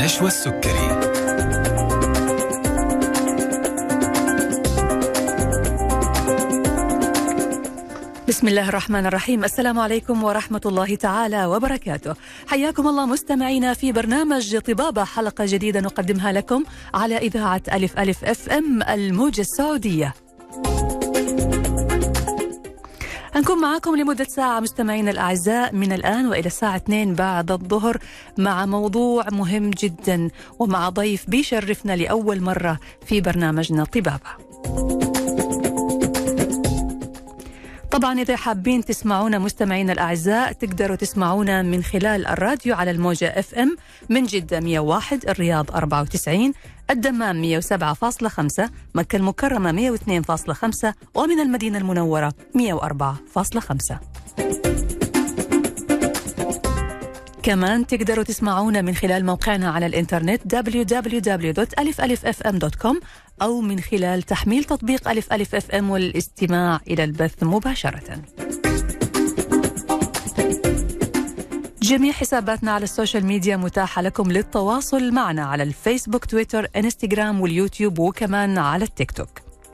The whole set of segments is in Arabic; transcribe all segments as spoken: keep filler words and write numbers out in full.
نشوى السكري. بسم الله الرحمن الرحيم. السلام عليكم ورحمة الله تعالى وبركاته. حياكم الله مستمعينا في برنامج طبابة، حلقة جديدة نقدمها لكم على إذاعة ألف ألف اف ام الموجة السعودية. هنكون معاكم لمدة ساعة مستمعين الأعزاء، من الآن وإلى الساعة اثنين بعد الظهر، مع موضوع مهم جدا ومع ضيف بيشرفنا لأول مرة في برنامجنا طبابة. طبعا إذا حابين تسمعونا مستمعين الأعزاء تقدروا تسمعونا من خلال الراديو على الموجة اف ام من جدة مئة وواحد، الرياض أربعة وتسعين، الدمام مئة وسبعة فاصلة خمسة، مكة المكرمة مئة واثنين فاصلة خمسة، ومن المدينة المنورة مئة وأربعة فاصلة خمسة. كمان تقدروا تسمعونا من خلال موقعنا على الإنترنت دبليو دبليو دبليو دوت ألف ألف اف ام دوت كوم، أو من خلال تحميل تطبيق ألف ألف اف ام والاستماع إلى البث مباشرة. جميع حساباتنا على السوشيال ميديا متاحة لكم للتواصل معنا على الفيسبوك، تويتر، انستغرام واليوتيوب، وكمان على التيك توك.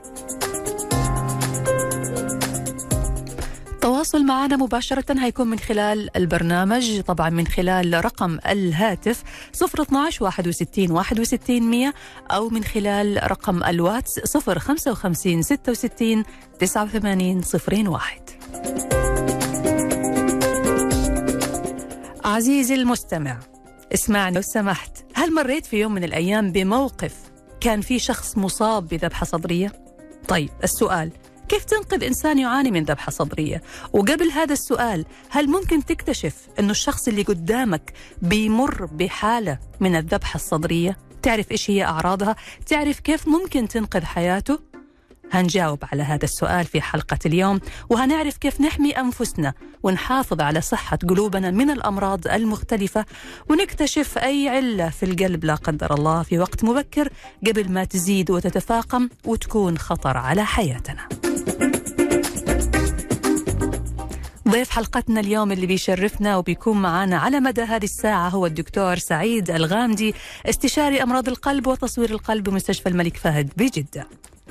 التواصل معنا مباشرة هيكون من خلال البرنامج، طبعا من خلال رقم الهاتف صفر اثناش واحد وستين واحد وستين مية، أو من خلال رقم الواتس صفر خمسة وخمسين ستة وستين تسعة وثمانين صفرين واحد. عزيزي المستمع، اسمعني لو سمحت، هل مريت في يوم من الأيام بموقف كان في شخص مصاب بذبحة صدرية؟ طيب السؤال، كيف تنقذ إنسان يعاني من ذبحة صدرية؟ وقبل هذا السؤال، هل ممكن تكتشف أنه الشخص اللي قدامك بيمر بحالة من الذبحة الصدرية؟ تعرف إيش هي أعراضها؟ تعرف كيف ممكن تنقذ حياته؟ هنجاوب على هذا السؤال في حلقة اليوم، وهنعرف كيف نحمي أنفسنا ونحافظ على صحة قلوبنا من الأمراض المختلفة، ونكتشف أي علة في القلب لا قدر الله في وقت مبكر قبل ما تزيد وتتفاقم وتكون خطر على حياتنا. ضيف حلقتنا اليوم اللي بيشرفنا وبيكون معنا على مدى هذه الساعة هو الدكتور سعيد الغامدي، استشاري أمراض القلب وتصوير القلب بمستشفى الملك فهد بجدة.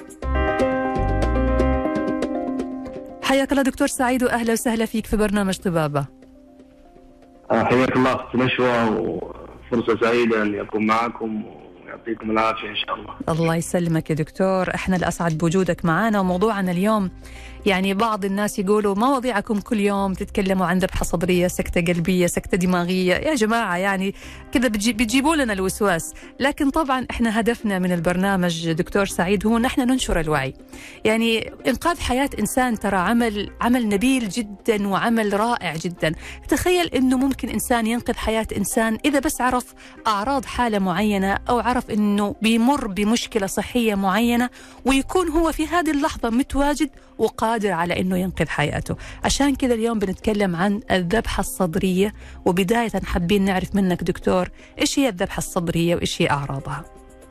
حياك الله دكتور سعيد، وأهلا وسهلا فيك في برنامج طبابة. حياك الله أخت نشوى، وفرصة سعيدة أن أكون معكم، ويعطيكم العافية إن شاء الله. الله يسلمك يا دكتور، احنا الأسعد بوجودك معنا. وموضوعنا اليوم، يعني بعض الناس يقولوا مواضيعكم كل يوم تتكلموا عن ذبحة صدرية، سكتة قلبية، سكتة دماغية، يا جماعة يعني كذا بتجيبوا لنا الوسواس. لكن طبعا احنا هدفنا من البرنامج دكتور سعيد هو نحن ننشر الوعي. يعني إنقاذ حياة إنسان ترى عمل عمل نبيل جدا وعمل رائع جدا. تخيل إنه ممكن إنسان ينقذ حياة إنسان إذا بس عرف أعراض حالة معينة، أو عرف إنه بيمر بمشكلة صحية معينة، ويكون هو في هذه اللحظة متواجد وقادر على إنه ينقذ حياته. عشان كذا اليوم بنتكلم عن الذبحة الصدرية. وبداية حابين نعرف منك دكتور، إيش هي الذبحة الصدرية وإيش هي أعراضها؟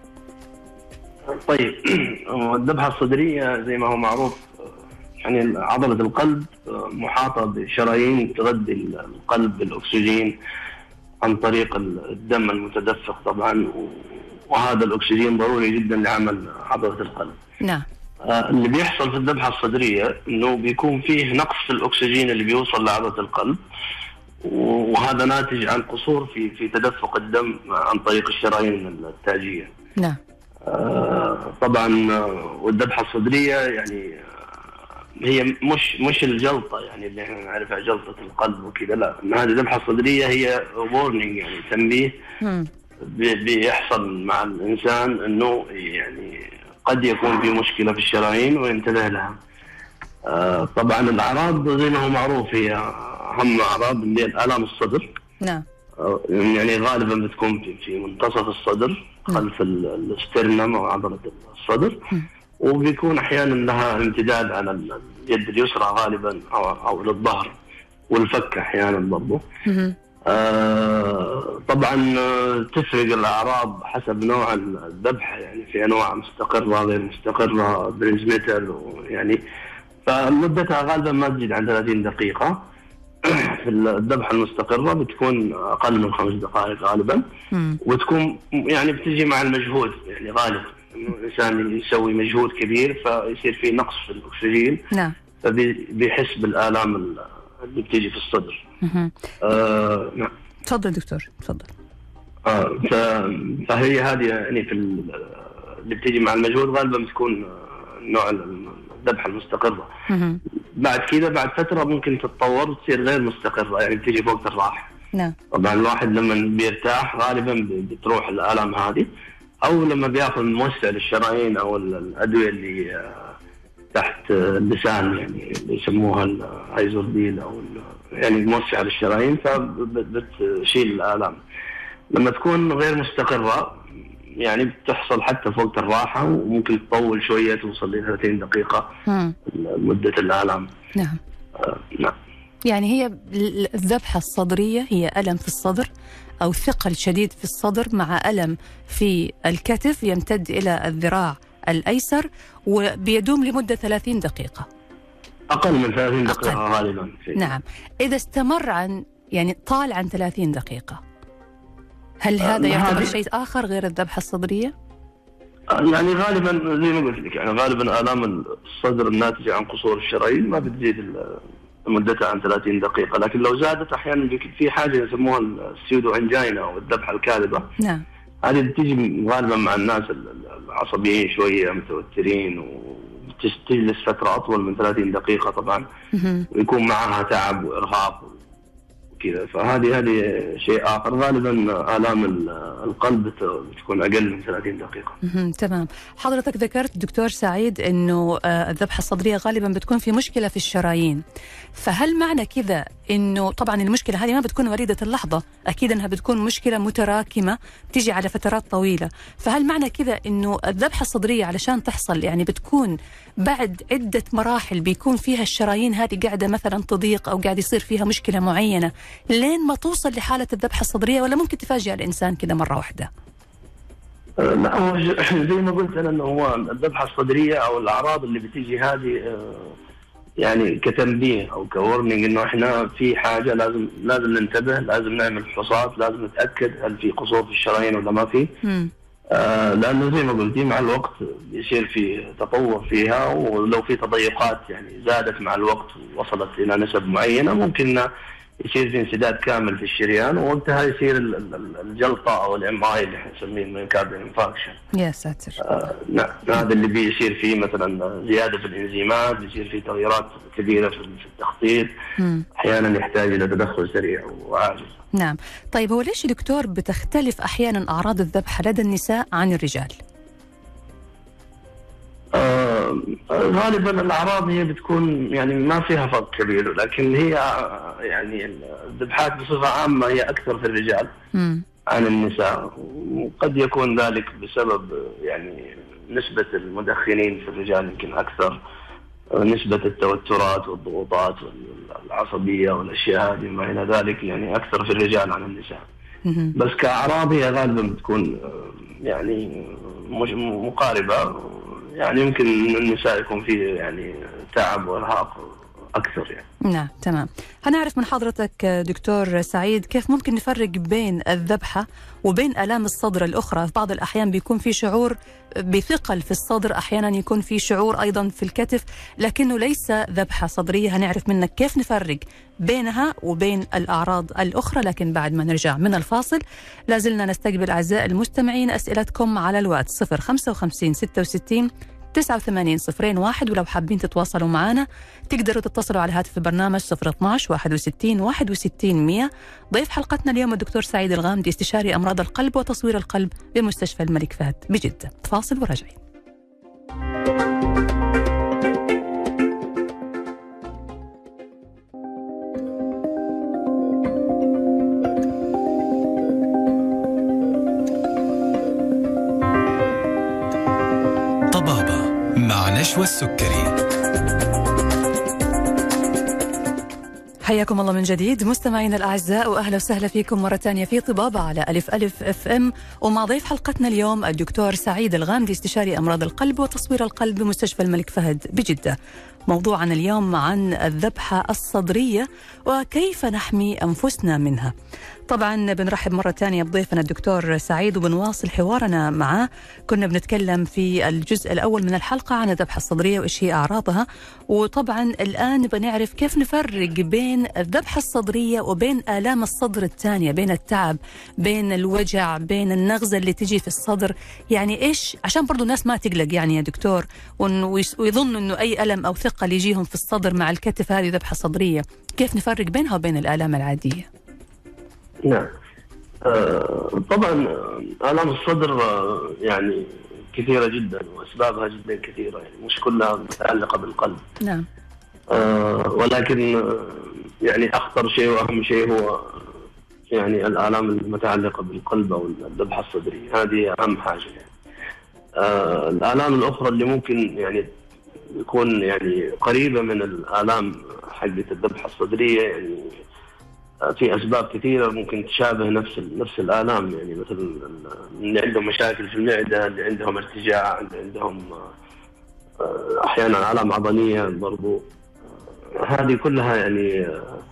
طيب، الذبحة الصدرية زي ما هو معروف، يعني عضلة القلب محاطة بشرايين تغذي القلب بالأكسجين عن طريق الدم المتدفق طبعا، وهذا الأكسجين ضروري جدا لعمل عضلة القلب. نعم. اللي بيحصل في الذبحة الصدرية إنه بيكون فيه نقص في الأكسجين اللي بيوصل لعضلة القلب، وهذا ناتج عن قصور في في تدفق الدم عن طريق الشرايين التاجية. نعم. آه طبعا، والذبحة الصدرية يعني هي مش مش الجلطة يعني اللي احنا نعرفها جلطة القلب وكذا، لا، هذه الذبحة الصدرية هي وورنينج، يعني تنبيه بيحصل مع الإنسان إنه يعني قد يكون في مشكلة في الشرايين وينتبه لها. آه طبعا الأعراض زي ما هو معروف هي أهم أعراض اللي هي الآلام الصدر. نعم. آه يعني غالبا بتكون في, في منتصف الصدر خلف الاسترنم أو عضلة الصدر، م. وبيكون أحيانا لها امتداد على اليد اليسرى غالبا أو, أو للظهر والفك أحيانا برضو. آه طبعا تفرق الأعراض حسب نوع الذبحة، يعني في أنواع مستقرة غير مستقرة، بريزميتال يعني، فمدتها غالبا ما تزيد عن ثلاثين دقيقة. في الذبحة المستقرة بتكون أقل من خمس دقائق غالبا، مم. وتكون يعني بتجي مع المجهود، يعني غالبا إنه الإنسان يسوي مجهود كبير فيصير في نقص في الأكسجين، نعم، فبيحس بالآلام اللي بتيجي في الصدر. آه نعم. تفضل دكتور، تفضل. آه فهي هذه يعني في اللي بتيجي مع المجهود غالبا بتكون نوع الذبحة المستقرة. مم. بعد كذا بعد فترة ممكن تتطور وتصير غير مستقرة، يعني بتيجي فوق الراحة. نعم. طبعا الواحد لما بيرتاح غالبا بتروح الآلام هذه، أو لما بياخذ موسع للشرايين أو الأدوية اللي تحت اللسان، يعني اللي يسموها الايزورديل او يعني موسع للشرايين، فبتشيل الآلام. لما تكون غير مستقرة يعني بتحصل حتى فوق الراحة، وممكن تطول شوية توصل ل ثلاثين دقيقة مدة الآلام. نعم. آه نعم. يعني هي الذبحة الصدرية هي ألم في الصدر أو ثقل شديد في الصدر مع ألم في الكتف يمتد إلى الذراع الأيسر وبيدوم لمدة ثلاثين دقيقة، أقل من ثلاثين دقيقة غالبا. نعم. إذا استمر عن يعني طال عن ثلاثين دقيقة، هل هذا يعتبر شيء آخر غير الذبحة الصدرية؟ يعني غالبا زي ما قلت لك، يعني غالبا آلام الصدر الناتجة عن قصور الشرايين ما بتزيد مدتها عن ثلاثين دقيقة، لكن لو زادت أحيانا في حاجة يسموها السيودو أنجينا أو الذبحة الكاذبة. نعم. هذه بتيجي غالبا مع الناس العصبيين شوية متوترين، وتجلس فترة أطول من ثلاثين دقيقة طبعا، ويكون معها تعب وإرهاق وكذا. فهذه هذه شيء آخر. غالبا آلام القلب بتكون أقل من ثلاثين دقيقة. تمام. حضرتك ذكرت دكتور سعيد إنه الذبحة الصدرية غالبا بتكون في مشكلة في الشرايين، فهل معنى كذا إنه طبعا المشكلة هذه ما بتكون وليدة اللحظة، أكيد إنها بتكون مشكلة متراكمة تيجي على فترات طويلة، فهل معنى كذا إنه الذبحة الصدرية علشان تحصل يعني بتكون بعد عدة مراحل بيكون فيها الشرايين هذه قاعدة مثلا تضيق أو قاعد يصير فيها مشكلة معينة لين ما توصل لحالة الذبحة الصدرية، ولا ممكن تفاجئ الإنسان كذا مرة واحدة؟ لا، زي ما قلت أنا إنه هو الذبحة الصدرية أو الأعراض اللي بتيجي هذه يعني كتنبيه أو كورنينج إنه إحنا في حاجة لازم لازم ننتبه، لازم نعمل فحوصات، لازم نتأكد هل في قصور في الشرايين ولا ما في. آه لأنه زي ما قلتي مع الوقت يصير في تطور فيها، ولو في تضيقات يعني زادت مع الوقت ووصلت إلى نسب معينة ممكن يصير في انسداد كامل في الشريان، ووقتها يصير الجلطة أو الام اي اللي نسميه مايوكارديال انفاركشن. يا ساتر. آه نعم. هذا اللي بيصير فيه مثلا زيادة في الانزيمات، بيصير فيه تغيرات كبيرة في التخطيط، أحيانا يحتاج إلى تدخل سريع وعاجل. نعم. طيب هو ليش دكتور بتختلف أحيانا أعراض الذبحة لدى النساء عن الرجال؟ آه غالبا الأعراض هي بتكون يعني ما فيها فرق كبير، لكن هي يعني الذبحات بصفة عامة هي أكثر في الرجال م. عن النساء، وقد يكون ذلك بسبب يعني نسبة المدخنين في الرجال يمكن أكثر، نسبة التوترات والضغوطات والعصبية والأشياء هذه ما إلى ذلك يعني أكثر في الرجال عن النساء. م. بس كأعراض هي غالبا بتكون يعني مقاربة، يعني يمكن النساء يكون فيه يعني تعب وإرهاق أكثر يعني. نعم تمام. هنعرف من حضرتك دكتور سعيد كيف ممكن نفرق بين الذبحة وبين آلام الصدر الأخرى. في بعض الأحيان بيكون في شعور بثقل في الصدر، أحيانا يكون في شعور أيضا في الكتف لكنه ليس ذبحة صدرية. هنعرف منك كيف نفرق بينها وبين الأعراض الأخرى، لكن بعد ما نرجع من الفاصل لازلنا نستقبل أعزائي المستمعين أسئلتكم على الواتس صفر خمسة وخمسين ستة وستين تسعة وثمانين صفرين واحد، ولو حابين تتواصلوا معنا تقدروا تتصلوا على هاتف البرنامج صفر اثناش واحد وستين واحد وستين مية. ضيف حلقتنا اليوم الدكتور سعيد الغامدي، استشاري أمراض القلب وتصوير القلب بمستشفى الملك فهد بجدة. فاصل وراجعين. مع نشوى السكري. حياكم الله من جديد مستمعينا الأعزاء، وأهلا وسهلا فيكم مرة ثانية في طبابة على ألف ألف اف ام. ومع ضيف حلقتنا اليوم الدكتور سعيد الغامدي، استشاري أمراض القلب وتصوير القلب بمستشفى الملك فهد بجدة. موضوعنا اليوم عن الذبحة الصدرية وكيف نحمي أنفسنا منها. طبعا بنرحب مرة ثانية بضيفنا الدكتور سعيد وبنواصل حوارنا معه. كنا بنتكلم في الجزء الأول من الحلقة عن الذبحة الصدرية وإيش هي أعراضها، وطبعا الآن بنعرف كيف نفرق بين الذبحة الصدرية وبين آلام الصدر الثانية، بين التعب، بين الوجع، بين النغزة اللي تجي في الصدر. يعني إيش عشان برضو الناس ما تقلق يعني يا دكتور ويظنوا إنه أي ألم أو ثقل يجيهم في الصدر مع الكتف هذه ذبحة صدرية. كيف نفرق بينها وبين الآلام العادية؟ نعم آه طبعا آلام الصدر آه يعني كثيرة جدا وأسبابها جدا كثيرة، يعني مش كلها متعلقة بالقلب. نعم آه ولكن آه يعني أخطر شيء وأهم شيء هو يعني الآلام المتعلقة بالقلب أو الذبحة الصدرية، هذه أهم حاجة. يعني آه الآلام الأخرى اللي ممكن يعني يكون يعني قريبة من الآلام حقة الذبحة الصدرية، يعني في أسباب كثيرة ممكن تشابه نفس نفس الآلام، يعني مثل اللي عندهم مشاكل في المعدة، اللي عندهم ارتجاع، اللي عندهم أحيانا آلام عضلية برضو، هذه كلها يعني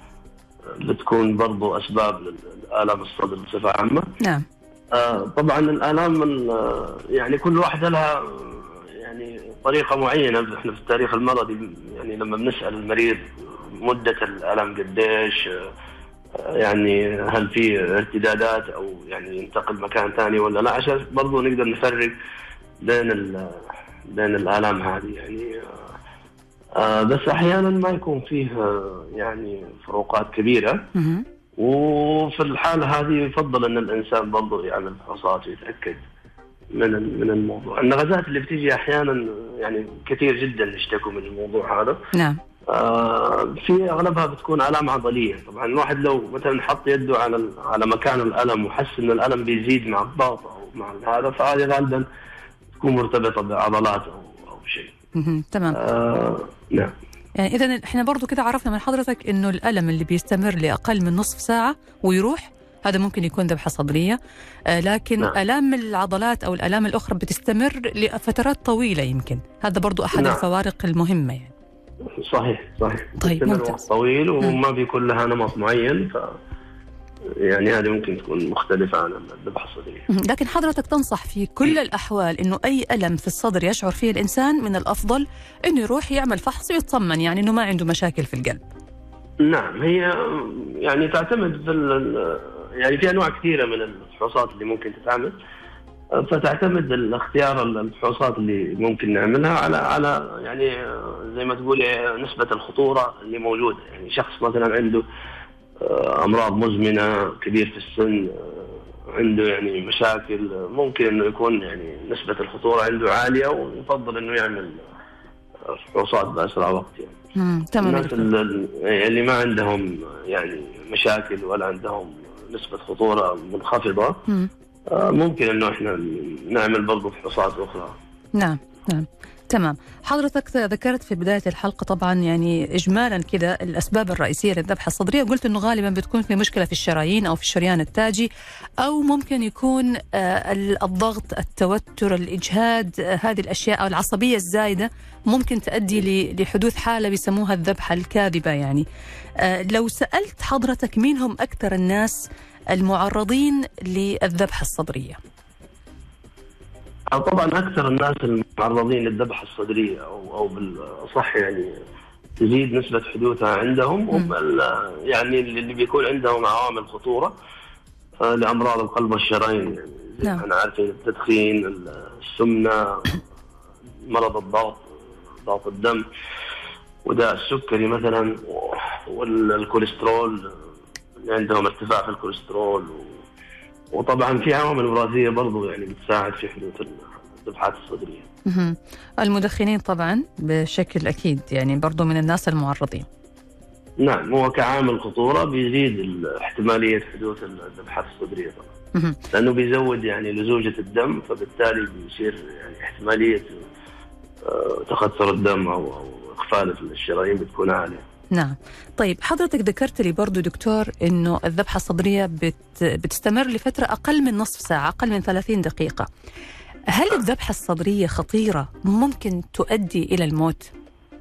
بتكون برضو أسباب لآلام الصدر بصفة عامة. نعم. طبعا الآلام يعني كل واحدة لها يعني طريقة معينة. احنا في التاريخ المرضي يعني لما بنسأل المريض مدة الألم قديش، يعني هل في ارتدادات او يعني ينتقل مكان ثاني ولا لا، عشان برضو نقدر نفرق بين بين الآلام هذه. يعني آه بس احيانا ما يكون فيه يعني فروقات كبيرة، وفي الحالة هذه يفضل ان الانسان برضو يعمل فحوصات ويتأكد من من الموضوع. النغزات اللي بتيجي احيانا يعني كثير جدا يشتكوا من الموضوع هذا. نعم. آه في اغلبها بتكون آلام عضليه. طبعا الواحد لو مثلا حط يده على على مكان الالم وحس ان الالم بيزيد مع الضغط او مع هذا، فهذه غالبا تكون مرتبطه بعضلات او او شيء. تمام. آه نعم. يعني اذا احنا برضو كده عرفنا من حضرتك انه الالم اللي بيستمر لاقل من نصف ساعه ويروح، هذا ممكن يكون ذبحه صدريه. آه لكن نعم. الام العضلات او الالام الاخرى بتستمر لفترات طويله يمكن، هذا برضو احد نعم. الفوارق المهمه يعني. صحيح صحيح. طيب ممتاز. طويل وما بيكون لها نمط معين، ف يعني هذه ممكن تكون مختلفة عن الذبحة الصدرية. لكن حضرتك تنصح في كل الأحوال إنه أي ألم في الصدر يشعر فيه الإنسان من الأفضل إنه يروح يعمل فحص ويطمن يعني إنه ما عنده مشاكل في القلب. نعم، هي يعني تعتمد في يعني في أنواع كثيرة من الفحوصات اللي ممكن تتعمل، فتعتمد الاختيار الفحوصات اللي ممكن نعملها على على يعني زي ما تقول نسبة الخطورة اللي موجودة. يعني شخص مثلا عنده أمراض مزمنة، كبير في السن، عنده يعني مشاكل، ممكن إنه يكون يعني نسبة الخطورة عنده عالية ويفضل إنه يعمل فحوصات بأسرع وقت. يعني تمام. الناس اللي ما عندهم يعني مشاكل ولا عندهم نسبة خطورة منخفضة مم. ممكن إنه إحنا نعمل برضو فحوصات أخرى. نعم نعم تمام. حضرتك ذكرت في بداية الحلقة طبعا يعني إجمالا كذا الأسباب الرئيسية للذبحة الصدرية، قلت إنه غالبا بتكون في مشكلة في الشرايين أو في الشريان التاجي، أو ممكن يكون الضغط، التوتر، الإجهاد، هذه الأشياء، أو العصبية الزايدة ممكن تؤدي لحدوث حالة بيسموها الذبحة الكاذبة. يعني لو سألت حضرتك مين هم أكثر الناس المعرضين للذبحة الصدرية؟ طبعا أكثر الناس المعرضين للذبحة الصدرية أو أو بالصح يعني تزيد نسبة حدوثها عندهم هم يعني اللي بيكون عندهم عوامل خطورة لأمراض القلب والشرايين، يعني زي ما احنا عارفين التدخين، السمنة، مرض الضغط، ضغط الدم، وداء السكري مثلا، والكوليسترول اللي عندهم ارتفاع في الكوليسترول، وطبعا في عوامل وراثيه برضو يعني بتساعد في حدوث الذبحات الصدريه. المدخنين طبعا بشكل اكيد يعني برضو من الناس المعرضين. نعم، هو كعامل خطوره بيزيد احتماليه حدوث الذبحات الصدريه طبعا، لانه بيزود يعني لزوجه الدم، فبالتالي بيصير يعني احتماليه تخثر الدم او اقفال الشرايين بتكون عاليه. نعم. طيب حضرتك ذكرت لي برضو دكتور إنه الذبحة الصدرية بت بتستمر لفترة أقل من نصف ساعة، أقل من ثلاثين دقيقة. هل الذبحة الصدرية خطيرة ممكن تؤدي إلى الموت؟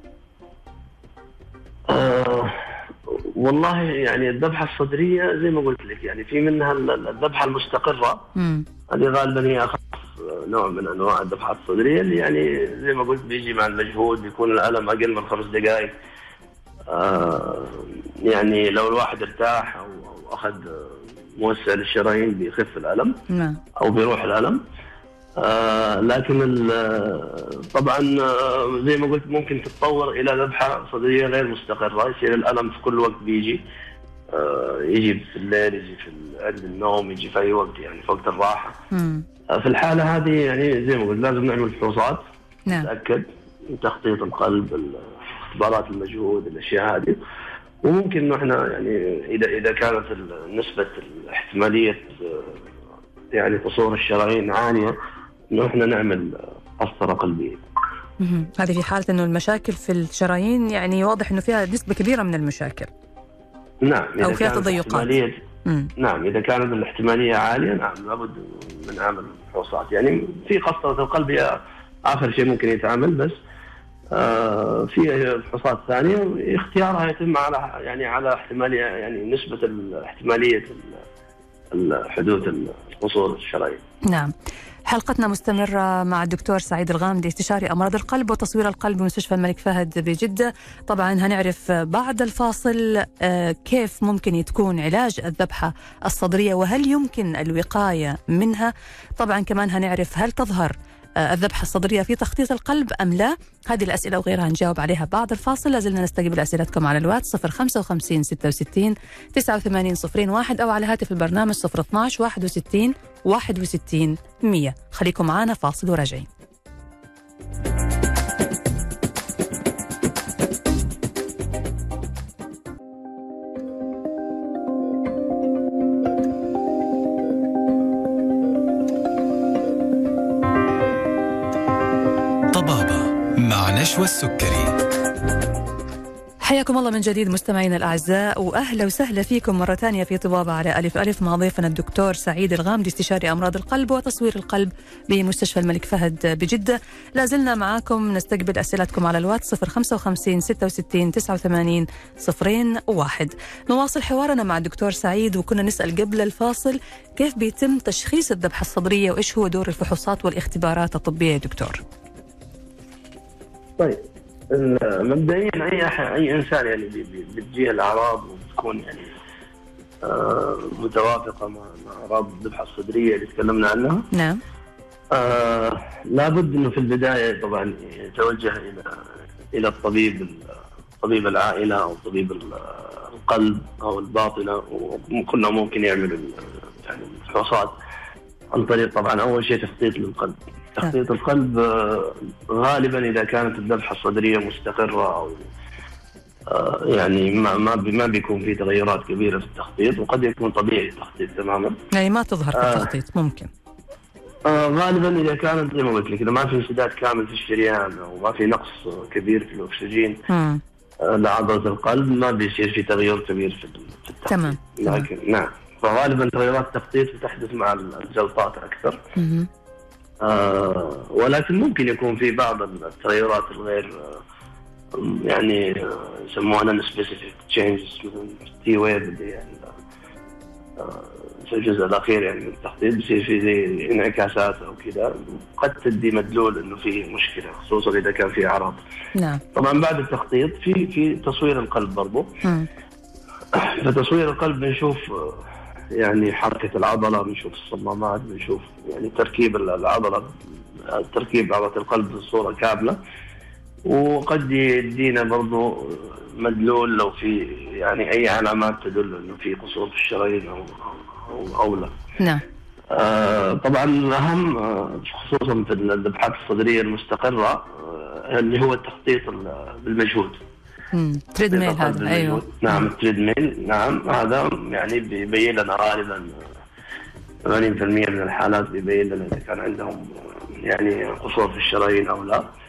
آه والله يعني الذبحة الصدرية زي ما قلت لك يعني في منها الذبحة المستقرة، هذه غالبا هي أخف نوع من أنواع الذبحة الصدرية، اللي يعني زي ما قلت بيجي مع المجهود، بيكون الألم أقل من خمس دقائق. آه يعني لو الواحد ارتاح أو, أو أخذ موسع للشرايين بيخف الألم أو بيروح الألم. آه لكن طبعا آه زي ما قلت ممكن تتطور إلى ذبحة صدرية غير مستقرة، يصير الألم في كل وقت بيجي، آه يجي في الليل، يجي في عند النوم، يجي في أي وقت يعني في وقت الراحة. آه في الحالة هذه يعني زي ما قلت لازم نعمل فحوصات، نتأكد من تخطيط القلب، اختبارات المجهود، الأشياء هذه. وممكن إنه إحنا يعني إذا إذا كانت نسبة الاحتمالية يعني قصور الشرايين عالية، إنه إحنا نعمل قسطرة قلبية. هذه في حالة إنه المشاكل في الشرايين يعني واضح إنه فيها نسبة كبيرة من المشاكل. نعم. أو فيها تضيقات. نعم إذا كانت الاحتمالية عالية نعم لابد من عمل فحوصات. يعني في قسطرة القلب هي آخر شيء ممكن يتعمل، بس آه في فحوصات ثانية اختيارها يتم على يعني على احتمالية يعني نسبة الاحتمالية الحدوث القصور الشرايين. نعم. حلقتنا مستمرة مع الدكتور سعيد الغامدي، استشاري أمراض القلب وتصوير القلب بمستشفى الملك فهد بجدة. طبعا هنعرف بعد الفاصل كيف ممكن تكون علاج الذبحة الصدرية وهل يمكن الوقاية منها. طبعا كمان هنعرف هل تظهر الذبحة الصدرية في تخطيط القلب أم لا. هذه الأسئلة وغيرها نجاوب عليها بعد الفاصل. لازلنا نستقبل أسئلتكم على الواتس صفر خمسة وخمسين ستة وستين تسعة وثمانين صفرين واحد أو على هاتف البرنامج صفر اثناش واحد وستين واحد وستين مية. خليكم معنا فاصل وراجعين. مع نشوى السكري. حياكم الله من جديد مستمعينا الأعزاء، وأهلا وسهلا فيكم مرة ثانية في طبابة على ألف ألف مع ضيفنا الدكتور سعيد الغامدي، استشاري أمراض القلب وتصوير القلب بمستشفى الملك فهد بجدة. لازلنا معاكم نستقبل أسئلتكم على الواتس صفر خمسة وخمسين ستة وستين تسعة وثمانين صفرين واحد. نواصل حوارنا مع الدكتور سعيد، وكنا نسأل قبل الفاصل كيف بيتم تشخيص الذبحة الصدرية وإيش هو دور الفحوصات والاختبارات الطبية يا دكتور؟ طيب مبدئيا اي اي انسان يعني بتجيه الاعراض وبتكون يعني آه متوافقه مع اعراض الذبحه الصدريه اللي تكلمنا عنها. نعم. آه لابد انه في البدايه طبعا يتوجه الى الى الطبيب طبيب العائله او طبيب القلب او الباطنه، وكلهم ممكن يعملوا يعني الفحوصات عن طريق طبعا اول شيء تخطيط للقلب. تخطيط القلب غالبا إذا كانت الذبحة الصدرية مستقرة أو يعني ما ما ما بيكون في تغيرات كبيرة في التخطيط، وقد يكون طبيعي التخطيط تماما، يعني ما تظهر في التخطيط. آه ممكن آه غالبا إذا كانت زي ما قلت لك إذا ما في انسداد كامل في الشريان أو ما في نقص كبير في الأكسجين آه لعضلة القلب ما بيصير في تغير كبير في التخطيط. تمام. لكن نعم فغالبا تغيرات التخطيط تحدث مع الجلطات أكثر. م- آه ولكن ممكن يكون في بعض التغيرات الغير آه يعني يسمونها آه سبيسيفيك تشينجز مثل تي ويف اللي يعني آه في الجزء الأخير يعني من التخطيط بيصير في زي انعكاسات أو كذا، قد تدي مدلول إنه في مشكلة، خصوصا إذا كان في أعراض. نعم. طبعا بعد التخطيط في في تصوير القلب برضو. في تصوير القلب بنشوف يعني حركة العضلة، بنشوف الصمامات، بنشوف يعني تركيب العضلة، تركيب عضلة القلب بصورة كاملة، وقد يدينا برضو مدلول لو في يعني أي علامات تدل إنه في قصور في الشرايين أو أو, أو لا. نعم. آه طبعا الأهم خصوصا في الذبحات الصدرية المستقرة آه اللي هو التخطيط بالمجهود. تريد ميل هذا. أيوة. نعم التريد ميل. نعم هذا يعني بيبين لنا غالبا ثمانين بالمئة من الحالات بيبين لنا إذا كان عندهم يعني قصور في الشرايين أو لا.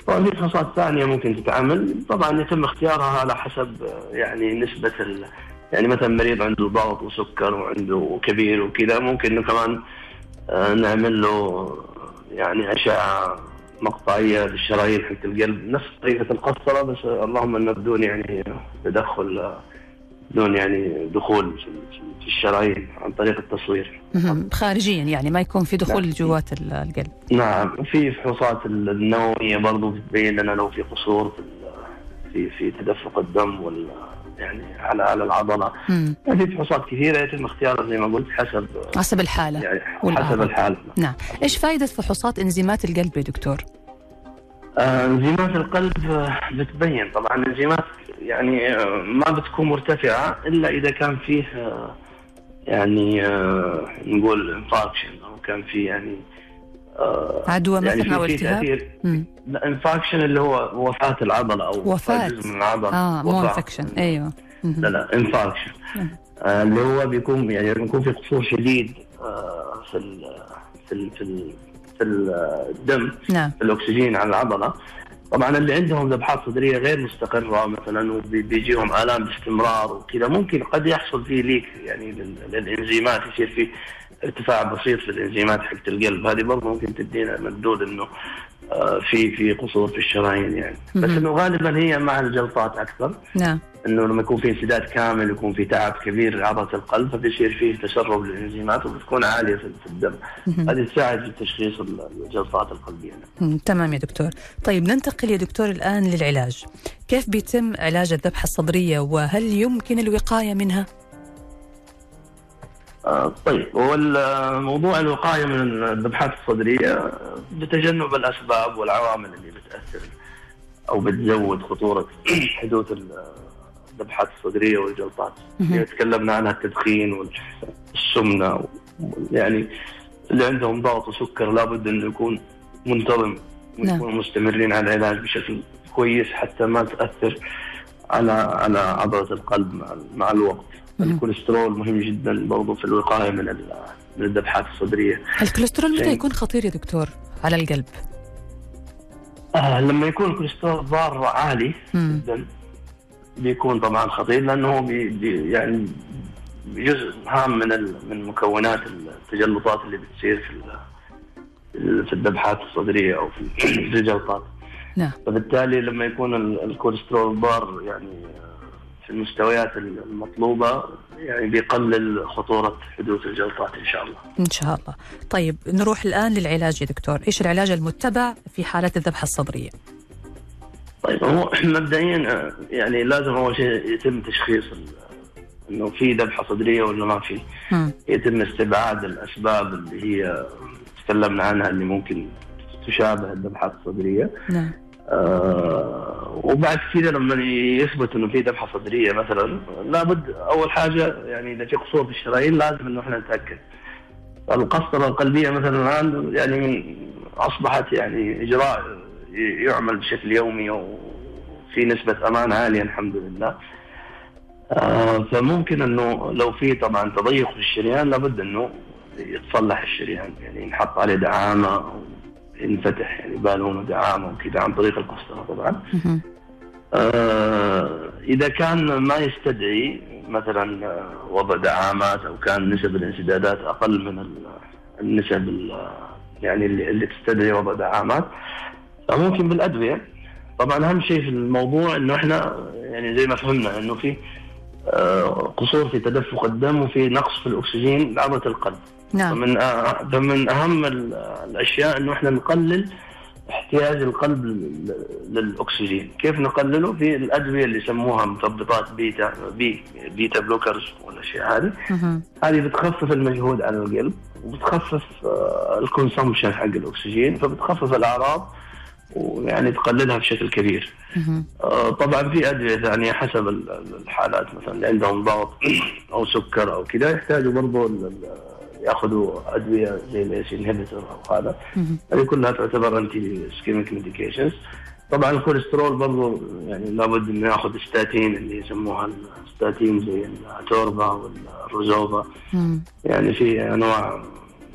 طبعا في فحوصات ثانية ممكن تتعمل، طبعا يتم اختيارها على حسب يعني نسبة ال... يعني مثلا مريض عنده ضغط وسكر وعنده كبير وكذا، ممكن إنه كمان نعمل له يعني أشعة مقطعية للشرايين حق القلب نفس طريقة القسطرة، بس اللهم إنه بدون يعني تدخل، بدون يعني دخول في الشرايين عن طريق التصوير خارجيا، يعني ما يكون في دخول نعم. جوات القلب. نعم. في فحوصات النووية برضو بتبين لنا لو في قصور في في تدفق الدم ولا يعني على على العضلة. في فحوصات كثيرة يتم اختيارها زي ما قلت حسب حسب الحالة يعني حسب الحالة. نعم. إيش فائدة فحوصات إنزيمات القلب يا دكتور؟ آه إنزيمات القلب بتبين طبعا إنزيمات يعني ما بتكون مرتفعة إلا إذا كان فيه آه يعني آه نقول انفاكشن أو كان فيه يعني آه عدوى مثلا يعني أو التهاب. لا انفاكشن اللي هو وفاة العضلة أو وفاة جزء من العضلة. آه مو انفكشن. أيوة. لا لا انفاكشن آه اللي هو بيكون يعني بيكون في قصور شديد آه في ال في ال في, ال في الدم. نعم. في الأكسجين على العضلة. طبعا اللي عندهم ذبحات صدرية غير مستقرة مثلا وبيجيهم آلام باستمرار وكذا، ممكن قد يحصل فيه ليك يعني للإنزيمات، يصير فيه ارتفاع بسيط في الإنزيمات حقت القلب، هذه برضه ممكن تدينا مدلول إنه آه في في قصور في الشرايين يعني. بس إنه غالبا هي مع الجلطات أكثر. نعم. إنه لما يكون في انسداد كامل يكون في تعب كبير لعضلة القلب فبيصير فيه تسرب للإنزيمات وبتكون عالية في الدم، هذه تساعد في تشخيص الجلطات القلبية. تمام يا دكتور. طيب ننتقل يا دكتور الآن للعلاج. كيف بيتم علاج الذبحة الصدرية وهل يمكن الوقاية منها؟ آه طيب، هو موضوع الوقاية من الذبحات الصدرية بتجنب الأسباب والعوامل اللي بتأثر أو بتزود خطورة حدوث الذبحات الصدرية والجلطات. يعني تكلمنا عنها التدخين والسمنة، يعني اللي عندهم ضغط وسكر لابد أنه يكون منتظم ويكونوا مستمرين على العلاج بشكل كويس حتى ما تأثر على على عضلة القلب مع مع الوقت. الكوليسترول مهم جدا برضو في الوقاية من من الذبحات الصدرية. الكوليسترول متى يكون خطير يا دكتور على القلب؟ آه لما يكون الكوليسترول ضار عالي جدا بيكون طبعا خطير، لأنه بي بي يعني جزء هام من من مكونات التجلطات اللي بتصير في في الذبحات الصدرية أو في الجلطات. نعم. فبالتالي لما يكون الكوليسترول ضار يعني في المستويات المطلوبة يعني بيقلل خطورة حدوث الجلطات إن شاء الله. إن شاء الله. طيب نروح الآن للعلاج يا دكتور، إيش العلاج المتبع في حالة الذبحة الصدرية؟ طيب هو مبدئيا يعني لازم أول شيء يتم تشخيص إنه في ذبحة صدرية ولا ما في. م. يتم استبعاد الأسباب اللي هي تكلمنا عنها اللي ممكن تشابه الذبحات الصدرية. نعم. آه وبعد كذا لما يثبت انه في ذبحه صدريه مثلا لابد اول حاجه يعني اذا في قصور في الشرايين لازم انه احنا نتاكد. القسطره القلبيه مثلا الان يعني من اصبحت يعني اجراء يعمل بشكل يومي وفي نسبه امان عاليه الحمد لله. آه فممكن انه لو في طبعا تضيق في الشريان لابد انه يتصلح الشريان، يعني ينحط عليه دعامه ينفتح يعني بالونه دعامه وكذا عن طريق القسطره طبعا. آه اذا كان ما يستدعي مثلا وضع دعامات او كان نسب الانسدادات اقل من النسب يعني اللي تستدعي وضع دعامات فممكن بالادويه. طبعا اهم شيء في الموضوع انه احنا يعني زي ما فهمنا انه في آه قصور في تدفق الدم وفي نقص في الاكسجين لعضله القلب. نعم. فمن فمن أهم الأشياء إنه إحنا نقلل احتياج القلب للأكسجين. كيف نقلله؟ في الأدوية اللي يسموها مثبطات بيتا بي بيتا بلوكرز والأشياء هذه. هذه بتخفف المجهود على القلب وبتخفف الكونسومشن حق الأكسجين، فبتخفف الأعراض ويعني تقللها بشكل كبير. طبعا في أدوية ثانية حسب الحالات، مثلا اللي عندهم ضغط أو سكر أو كذا يحتاجوا برضو ياخذوا ادويه زي الايش انهبيتور او هذا. هذه كلها تعتبر انتي اسكيميك ميديكيشنز. طبعا الكوليسترول برضه يعني لابد انه ياخذ ستاتين اللي يسموها الستاتين زي الاتوربا والروزوفا. يعني في انواع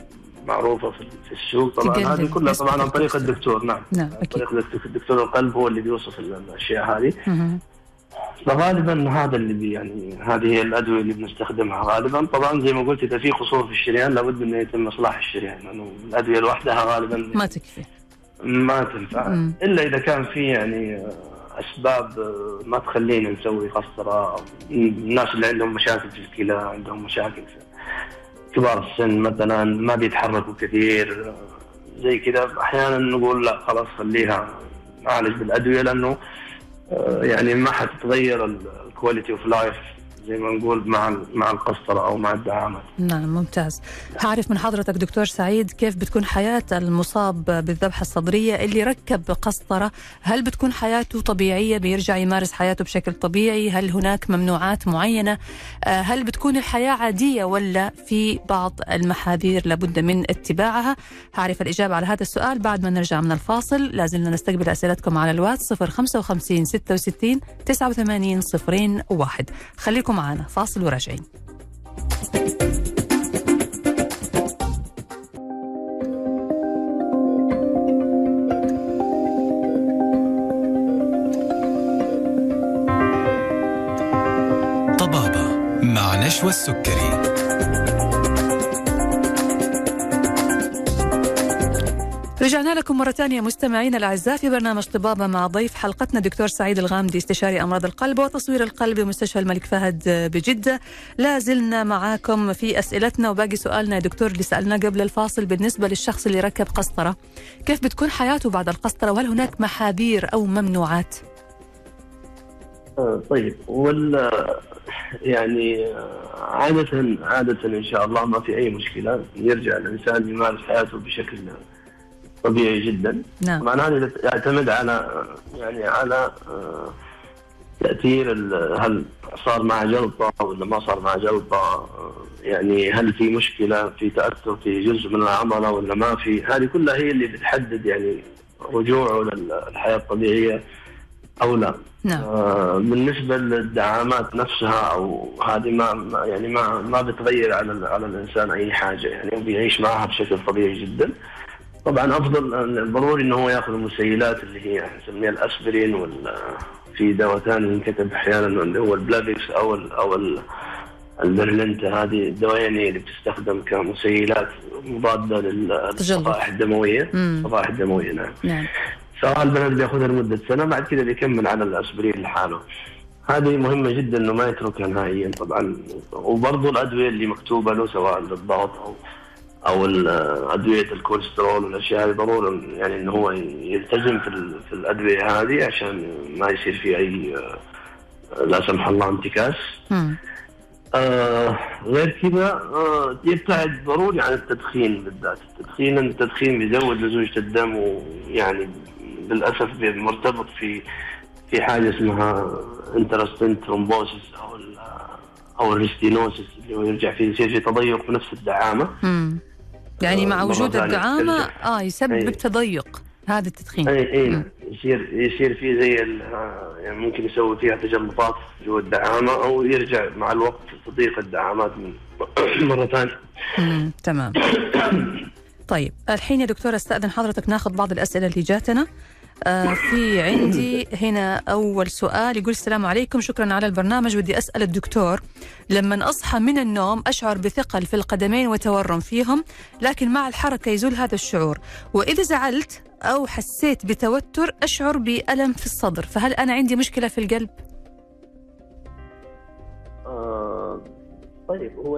معروفة في السوق. طبعا هذه كلها طبعا عن طريق الدكتور. نعم نعم عن طريق الدكتور القلب هو اللي بيوصف الأشياء هذه. فغالبا هذا اللي بي يعني هذه هي الأدوية اللي بنستخدمها غالبا. طبعا زي ما قلت إذا في قصور في الشريان لابد إنه يتم إصلاح الشريان، لأنه يعني الأدوية لوحدها غالبا ما تكفي، ما تنفع. مم. إلا إذا كان في يعني أسباب ما تخلينا نسوي قسطرة. الناس اللي عندهم مشاكل في الكلى، عندهم مشاكل في كبار السن مثلا، ما بيتحركوا كثير زي كذا، أحيانا نقول لا خلاص خليها نعالج بالأدوية، لأنه يعني ما حتتغير الكواليتي اوف لايف زي ما نقول مع مع القسطرة أو مع الدعامات. نعم ممتاز. هعرف من حضرتك دكتور سعيد كيف بتكون حياة المصاب بالذبحة الصدرية اللي ركب قسطرة؟ هل بتكون حياته طبيعية بيرجع يمارس حياته بشكل طبيعي؟ هل هناك ممنوعات معينة؟ هل بتكون الحياة عادية ولا في بعض المحاذير لابد من اتباعها؟ هعرف الإجابة على هذا السؤال بعد ما نرجع من الفاصل. لازلنا نستقبل أسئلتكم على الواتس صفر خمسة وخمسين ستة وستين تسعة وثمانين صفرين واحد. خليكم معنا فاصل وراجعين. طبابة مع نشوى السكري. رجعنا لكم مرة ثانية مستمعين الأعزاء في برنامج طبابة مع ضيف حلقتنا دكتور سعيد الغامدي، استشاري أمراض القلب وتصوير القلب بمستشفى الملك فهد بجدة. لا زلنا معاكم في أسئلتنا، وباقي سؤالنا يا دكتور اللي سألناه قبل الفاصل بالنسبة للشخص اللي ركب قسطرة، كيف بتكون حياته بعد القسطرة وهل هناك محاذير أو ممنوعات؟ طيب وال يعني عادة عادة إن شاء الله ما في أي مشكلة، يرجع الإنسان يمارس حياته بشكل طبيعي جدا. نعم. طبعا هذا يعتمد على يعني على تأثير هل صار مع جلطة ولا ما صار مع جلطة، يعني هل في مشكلة في تأثر في جزء من العضلة ولا ما في. هذه كلها هي اللي بتحدد يعني رجوعه للحياة الطبيعية أو لا. نعم. آه بالنسبة للدعامات نفسها أو هذه ما يعني ما ما بتغير على على الإنسان أي حاجة، يعني بيعيش معها بشكل طبيعي جدا. طبعا افضل ضروري انه هو ياخذ المسيلات اللي هي نسميها الاسبرين، ولا في دواء ثاني ينكتب احيانا اللي هو البلافيكس او ال او البرلنتا. هذه الدوايين اللي بتستخدم كمسيلات مضاده للصفائح الدمويه. الصفائح الدمويه نعم. نعم. فالبنات بياخذها لمده سنه، بعد كده بيكمل على الاسبرين لحاله. هذه مهمه جدا انه ما يتركها نهائيا طبعا. وبرضه الادويه اللي مكتوبه له سواء للضغط او او ادويه الكوليسترول والاشياء هذه ضروري يعني انه هو يلتزم في في الادويه هذه عشان ما يصير في اي لا سمح الله انتكاس. آه غير كذا آه يبتعد ضروري عن التدخين بالذات. التدخين التدخين بيزود لزوجة الدم، ويعني للاسف مرتبط في في حاجه اسمها انترستنت ثرومبوسيس او او الريستينوسيس اللي هو يرجع فيه يصير في تضيق في نفس الدعامه. امم يعني مع وجود الدعامه اه يسبب أي. تضيق هذا التدخين. اي اي يصير يصير فيه زي يعني ممكن يسوي فيها تجلطات جوا الدعامه او يرجع مع الوقت تضيق الدعامات من مره ثانيه. امم تمام. طيب الحين يا دكتور استاذن حضرتك ناخذ بعض الاسئله اللي جاتنا. آه في عندي هنا أول سؤال يقول السلام عليكم، شكرا على البرنامج. ودي أسأل الدكتور، لما أصحى من النوم أشعر بثقل في القدمين وتورم فيهم، لكن مع الحركة يزول هذا الشعور، وإذا زعلت أو حسيت بتوتر أشعر بألم في الصدر، فهل أنا عندي مشكلة في القلب؟ آه طيب هو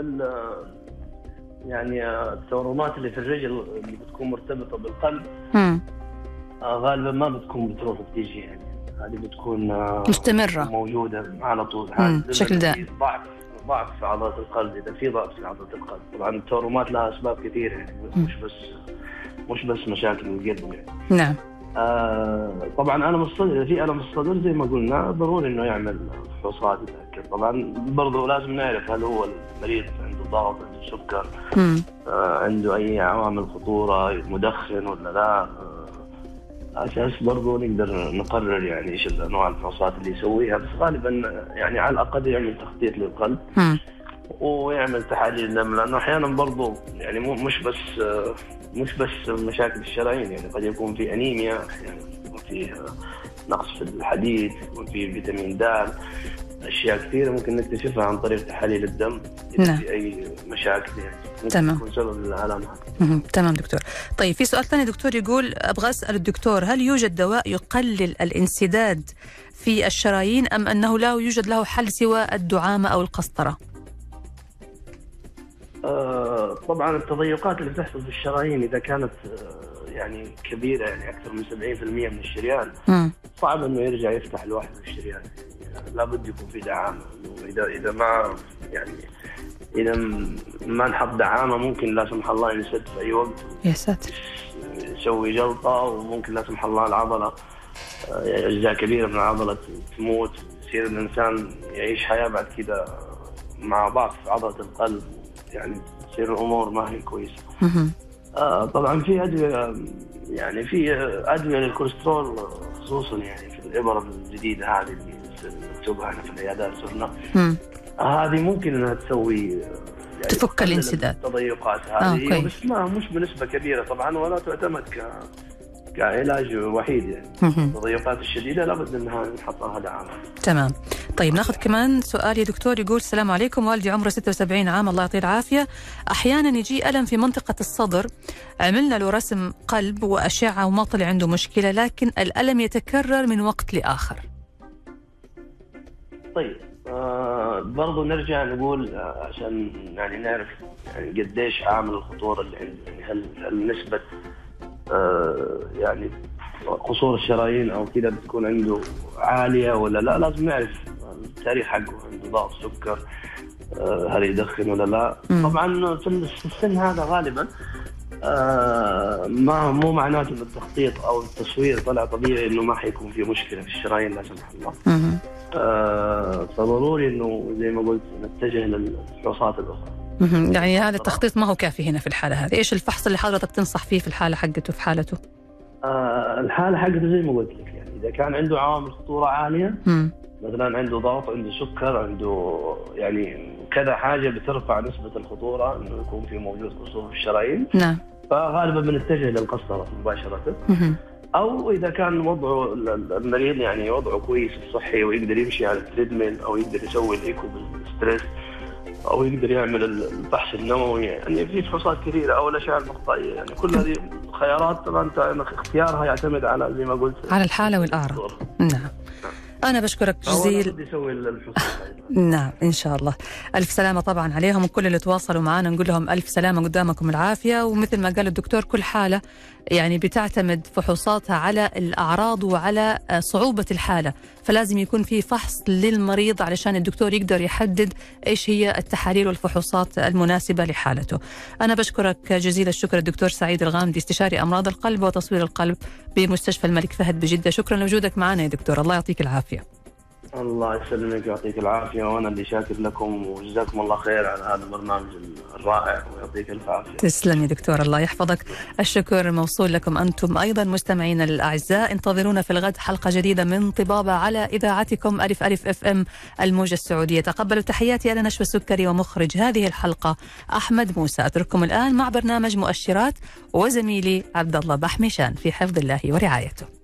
يعني التورمات اللي في الرجل اللي بتكون مرتبطة بالقلب م. غالبا ما بتكون بتروح وتيجي، يعني هذه بتكون مستمرة موجودة على طول بشكل دائم. ضعف ضعف في عضلات القلب، إذا في ضعف في عضلات القلب. طبعا التورمات لها أسباب كثيرة يعني مش بس مش بس مشاكل القلب يعني. نعم. آه طبعا ألم الصدر، إذا في ألم الصدر زي ما قلنا ضروري إنه يعمل فحوصات يتأكد. طبعا برضه لازم نعرف هل هو المريض عنده ضغط، عنده سكر، آه عنده أي عوامل خطورة، مدخن ولا لا، أساس برضو نقدر نقرر يعني إيش الأنواع الفحوصات اللي يسويها. بس غالبا يعني على الأقل يعمل تخطيط للقلب، ويعمل تحاليل دم، لانه احيانا برضو يعني مو مش بس مش بس مشاكل الشرايين، يعني قد يكون في انيميا، احيانا يكون في نقص في الحديد، يكون في فيتامين د، اشياء كثيره ممكن نكتشفها عن طريق تحاليل الدم اذا نعم. في اي مشاكل يعني تمام. تكون سبب للعلامات. تمام دكتور. طيب في سؤال ثاني دكتور يقول ابغى اسال الدكتور هل يوجد دواء يقلل الانسداد في الشرايين ام انه لا يوجد له حل سوى الدعامه او القسطره؟ آه طبعا التضيقات اللي بتحصل في الشرايين اذا كانت آه يعني كبيره، يعني اكثر من سبعين بالمئة من الشريان، م. صعب انه يرجع يفتح لوحده الشريان، يعني لابد يكون في دعامه. اذا اذا ما يعني اذا ما نحط دعامه ممكن لا سمح الله ينسد في اي وقت، يا ساتر، يسوي جلطه، وممكن لا سمح الله العضله اجزاء كبيره من العضله تموت، يصير الانسان يعيش حياه بعد كده مع ضعف عضله القلب، يعني تصير الامور ما هي كويسه. آه طبعا في ادويه، يعني في ادويه للكوليسترول خصوصا يعني في الابر الجديده هذه اللي نكتبها احنا في العيادات صرنا، هذه ممكن انها تسوي يعني تفك الانسداد التضيقات هذه، آه بس ما مش بنسبه كبيره طبعا، ولا تعتمد ك كعلاج وحيد يعني. التضيقات الشديده لابد انها نحط لها دعامه. تمام. طيب ناخذ كمان سؤال يا دكتور، يقول السلام عليكم، والدي عمره ستة وسبعين عام الله يعطيه العافيه، احيانا يجي الم في منطقه الصدر، عملنا له رسم قلب واشعه وما طلع عنده مشكله، لكن الالم يتكرر من وقت لاخر. طيب آه برضو نرجع نقول آه عشان يعني نعرف يعني قديش عامل الخطوره اللي عنده، يعني هل هل نسبه آه يعني قصور الشرايين او كذا بتكون عنده عاليه ولا لا؟ لازم نعرف التاريخ حقه، عنده ضغط، سكر، آه هل يدخن ولا لا. م. طبعا في السن هذا غالبا آه ما مو معناته ان التخطيط او التصوير طلع طبيعي انه ما حيكون في مشكله في الشرايين لا سمح الله. م. آه فضروري انه زي ما قلت نتجه للفحوصات الاخرى. يعني هذا التخطيط ما هو كافي هنا في الحالة هذه، إيش الفحص اللي حضرتك تنصح فيه في الحالة حقته في حالته؟ آه الحالة حقته زي ما قلت لك، يعني إذا كان عنده عوامل خطورة عالية، م. مثلا عنده ضغط، عنده سكر، عنده يعني كذا حاجة بترفع نسبة الخطورة إنه يكون في موجود قصور في الشرايين، نعم، فغالبا بنتجه للقسطرة مباشرة. م. أو إذا كان وضعه المريض يعني وضعه كويس صحي ويقدر يمشي على التريدميل أو يقدر يسوي الإيكو بالستريس أو يقدر يعمل الفحص النووي، يعني في فحوصات كثيرة أو الأشعة المقطعية، يعني كل هذه خيارات طبعا اختيارها يعتمد على زي ما قلت على الحالة والأعراض. نعم. أنا بشكرك جزيل. نعم إن شاء الله. ألف سلامة طبعا عليهم، وكل اللي تواصلوا معنا نقول لهم ألف سلامة، قدامكم العافية. ومثل ما قال الدكتور كل حالة يعني بتعتمد فحوصاتها على الأعراض وعلى صعوبة الحالة، فلازم يكون في فحص للمريض علشان الدكتور يقدر يحدد إيش هي التحاليل والفحوصات المناسبة لحالته. أنا بشكرك جزيل الشكر الدكتور سعيد الغامدي، استشاري أمراض القلب وتصوير القلب بمستشفى الملك فهد بجدة. شكرا لوجودك معنا يا دكتور، الله يعطيك العافية. الله يسلمك ويعطيك العافية، وأنا اللي شاكر لكم، وجزاكم الله خير على هذا البرنامج الرائع، ويعطيك الف عافية. تسلم يا دكتور، الله يحفظك. الشكر موصول لكم أنتم أيضا مستمعينا الأعزاء. انتظرونا في الغد حلقة جديدة من طبابة على إذاعتكم ألف ألف اف ام الموجة السعودية. تقبلوا تحياتي أنا نشوى السكري، ومخرج هذه الحلقة أحمد موسى. أترككم الآن مع برنامج مؤشرات وزميلي عبد الله بحمشان في حفظ الله ورعايته.